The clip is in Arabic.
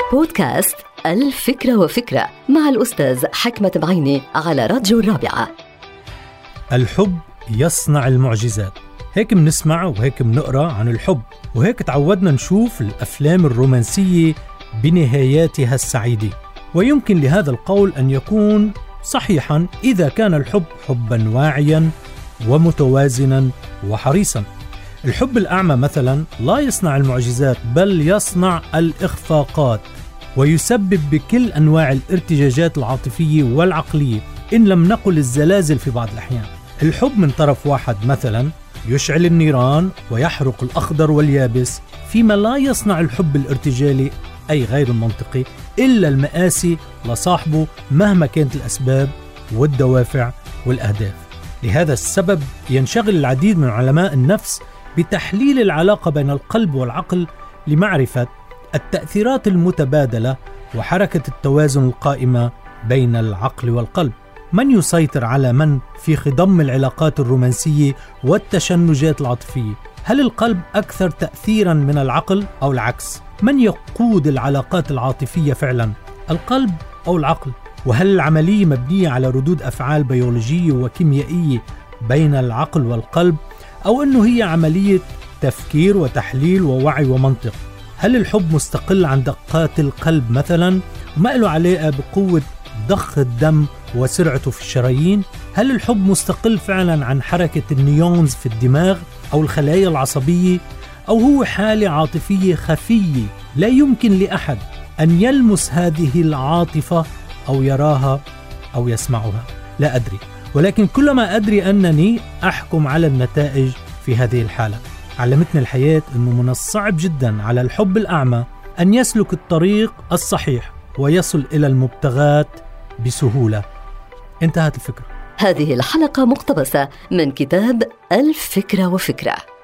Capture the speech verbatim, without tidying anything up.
بودكاست الفكرة وفكرة مع الأستاذ حكمة بعيني على راديو الرابعة. الحب يصنع المعجزات. هيك منسمع وهيك منقرأ عن الحب، وهيك تعودنا نشوف الأفلام الرومانسية بنهاياتها السعيدة. ويمكن لهذا القول أن يكون صحيحا إذا كان الحب حبا واعيا ومتوازنا وحريصا. الحب الأعمى مثلا لا يصنع المعجزات، بل يصنع الإخفاقات، ويسبب بكل أنواع الارتجاجات العاطفية والعقلية، إن لم نقل الزلازل في بعض الأحيان. الحب من طرف واحد مثلا يشعل النيران ويحرق الأخضر واليابس، فيما لا يصنع الحب الارتجالي أي غير المنطقي إلا المآسي لصاحبه مهما كانت الأسباب والدوافع والأهداف. لهذا السبب ينشغل العديد من علماء النفس بتحليل العلاقة بين القلب والعقل لمعرفة التأثيرات المتبادلة وحركة التوازن القائمة بين العقل والقلب. من يسيطر على من في خضم العلاقات الرومانسية والتشنجات العاطفية؟ هل القلب أكثر تأثيرا من العقل أو العكس؟ من يقود العلاقات العاطفية فعلا، القلب أو العقل؟ وهل العملية مبنية على ردود أفعال بيولوجية وكيميائية بين العقل والقلب، أو أنه هي عملية تفكير وتحليل ووعي ومنطق؟ هل الحب مستقل عن دقات القلب مثلا وما له علاقة بقوة ضخ الدم وسرعته في الشرايين؟ هل الحب مستقل فعلا عن حركة النيونز في الدماغ أو الخلايا العصبية، أو هو حالة عاطفية خفية لا يمكن لأحد أن يلمس هذه العاطفة أو يراها أو يسمعها؟ لا أدري، ولكن كلما أدري أنني أحكم على النتائج في هذه الحالة. علمتني الحياة أنه من الصعب جدا على الحب الأعمى أن يسلك الطريق الصحيح ويصل إلى المبتغات بسهولة. انتهت الفكرة. هذه الحلقة مقتبسة من كتاب الفكرة وفكرة.